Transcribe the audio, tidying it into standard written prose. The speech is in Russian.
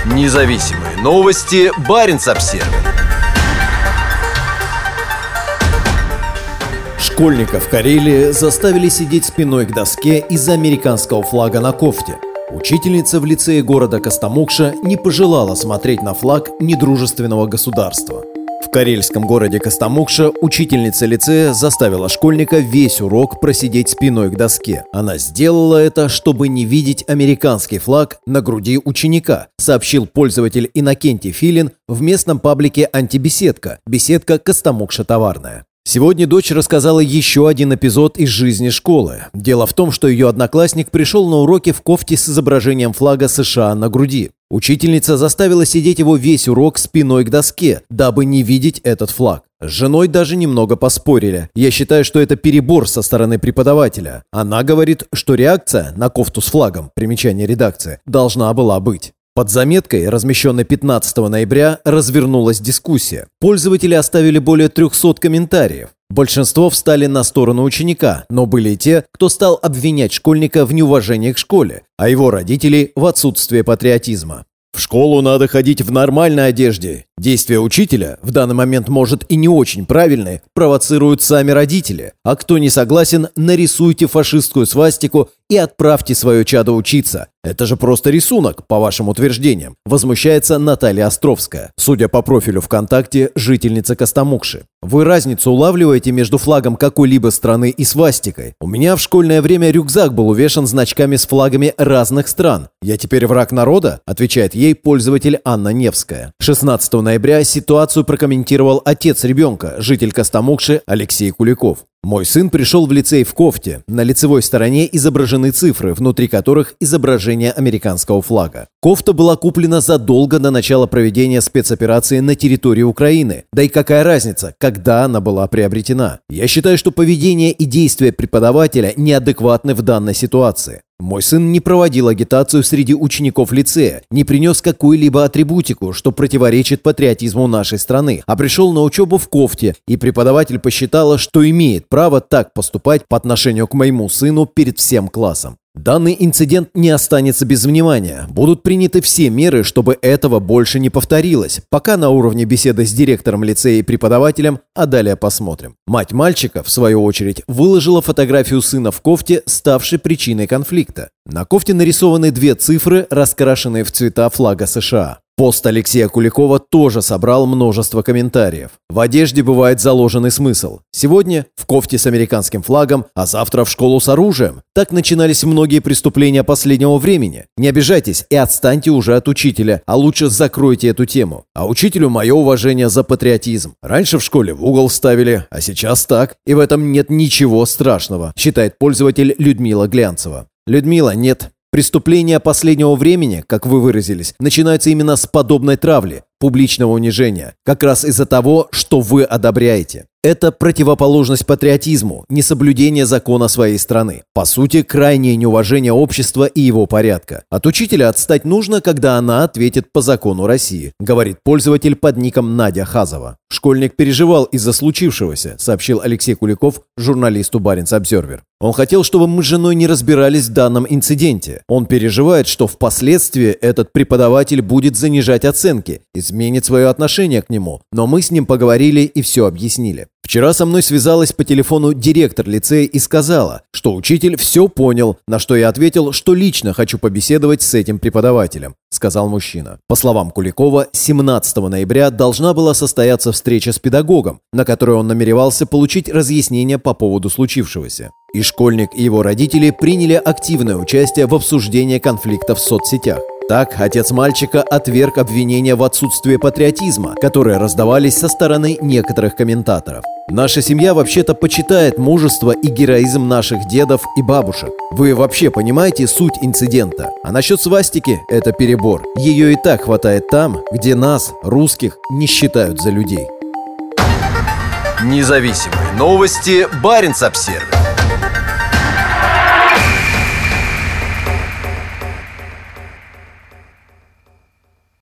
Независимые новости. Баренц-Обсервис. Школьников в Карелии заставили сидеть спиной к доске из-за американского флага на кофте. Учительница в лицее города Костомукша не пожелала смотреть на флаг недружественного государства. В карельском городе Костомукша учительница лицея заставила школьника весь урок просидеть спиной к доске. Она сделала это, чтобы не видеть американский флаг на груди ученика, сообщил пользователь Иннокентий Филин в местном паблике «Антибеседка», беседка «Костомукша товарная». Сегодня дочь рассказала еще один эпизод из жизни школы. Дело в том, что ее одноклассник пришел на уроки в кофте с изображением флага США на груди. Учительница заставила сидеть его весь урок спиной к доске, дабы не видеть этот флаг. С женой даже немного поспорили. Я считаю, что это перебор со стороны преподавателя. Она говорит, что реакция на кофту с флагом, примечание редакции, должна была быть. Под заметкой, размещенной 15 ноября, развернулась дискуссия. Пользователи оставили более 300 комментариев. Большинство встали на сторону ученика, но были и те, кто стал обвинять школьника в неуважении к школе, а его родителей в отсутствии патриотизма. В школу надо ходить в нормальной одежде. Действия учителя, в данный момент может и не очень правильные, провоцируют сами родители. А кто не согласен, нарисуйте фашистскую свастику и отправьте свое чадо учиться. Это же просто рисунок, по вашим утверждениям, возмущается Наталья Островская, судя по профилю ВКонтакте, жительница Костомукши. Вы разницу улавливаете между флагом какой-либо страны и свастикой? У меня в школьное время рюкзак был увешан значками с флагами разных стран. Я теперь враг народа? Отвечает ей пользователь Анна Невская. 16 ноября ситуацию прокомментировал отец ребенка, житель Костомукши Алексей Куликов. Мой сын пришел в лицей в кофте. На лицевой стороне изображены цифры, внутри которых изображение американского флага. Кофта была куплена задолго до начала проведения спецоперации на территории Украины. Да и какая разница, когда она была приобретена? Я считаю, что поведение и действия преподавателя неадекватны в данной ситуации. Мой сын не проводил агитацию среди учеников лицея, не принес какую-либо атрибутику, что противоречит патриотизму нашей страны, а пришел на учебу в кофте, и преподаватель посчитала, что имеет право так поступать по отношению к моему сыну перед всем классом. Данный инцидент не останется без внимания. Будут приняты все меры, чтобы этого больше не повторилось. Пока на уровне беседы с директором лицея и преподавателем, а далее посмотрим. Мать мальчика, в свою очередь, выложила фотографию сына в кофте, ставшей причиной конфликта. На кофте нарисованы две цифры, раскрашенные в цвета флага США. Пост Алексея Куликова тоже собрал множество комментариев. В одежде бывает заложенный смысл. Сегодня в кофте с американским флагом, а завтра в школу с оружием. Так начинались многие преступления последнего времени. Не обижайтесь и отстаньте уже от учителя, а лучше закройте эту тему. А учителю мое уважение за патриотизм. Раньше в школе в угол ставили, а сейчас так. И в этом нет ничего страшного, считает пользователь Людмила Глянцева. Людмила, нет. Преступления последнего времени, как вы выразились, начинаются именно с подобной травли, публичного унижения, как раз из-за того, что вы одобряете. Это противоположность патриотизму, несоблюдение закона своей страны. По сути, крайнее неуважение общества и его порядка. От учителя отстать нужно, когда она ответит по закону России, говорит пользователь под ником Надя Хазова. Школьник переживал из-за случившегося, сообщил Алексей Куликов журналисту Баренц-Обсервис. Он хотел, чтобы мы с женой не разбирались в данном инциденте. Он переживает, что впоследствии этот преподаватель будет занижать оценки, изменит свое отношение к нему. Но мы с ним поговорили и все объяснили. Вчера со мной связалась по телефону директор лицея и сказала, что учитель все понял, на что я ответил, что лично хочу побеседовать с этим преподавателем, сказал мужчина. По словам Куликова, 17 ноября должна была состояться встреча с педагогом, на которой он намеревался получить разъяснения по поводу случившегося. И школьник, и его родители приняли активное участие в обсуждении конфликта в соцсетях. Так, отец мальчика отверг обвинения в отсутствии патриотизма, которые раздавались со стороны некоторых комментаторов. Наша семья вообще-то почитает мужество и героизм наших дедов и бабушек. Вы вообще понимаете суть инцидента? А насчет свастики – это перебор. Ее и так хватает там, где нас, русских, не считают за людей. Независимые новости. Баренц-Обсервис.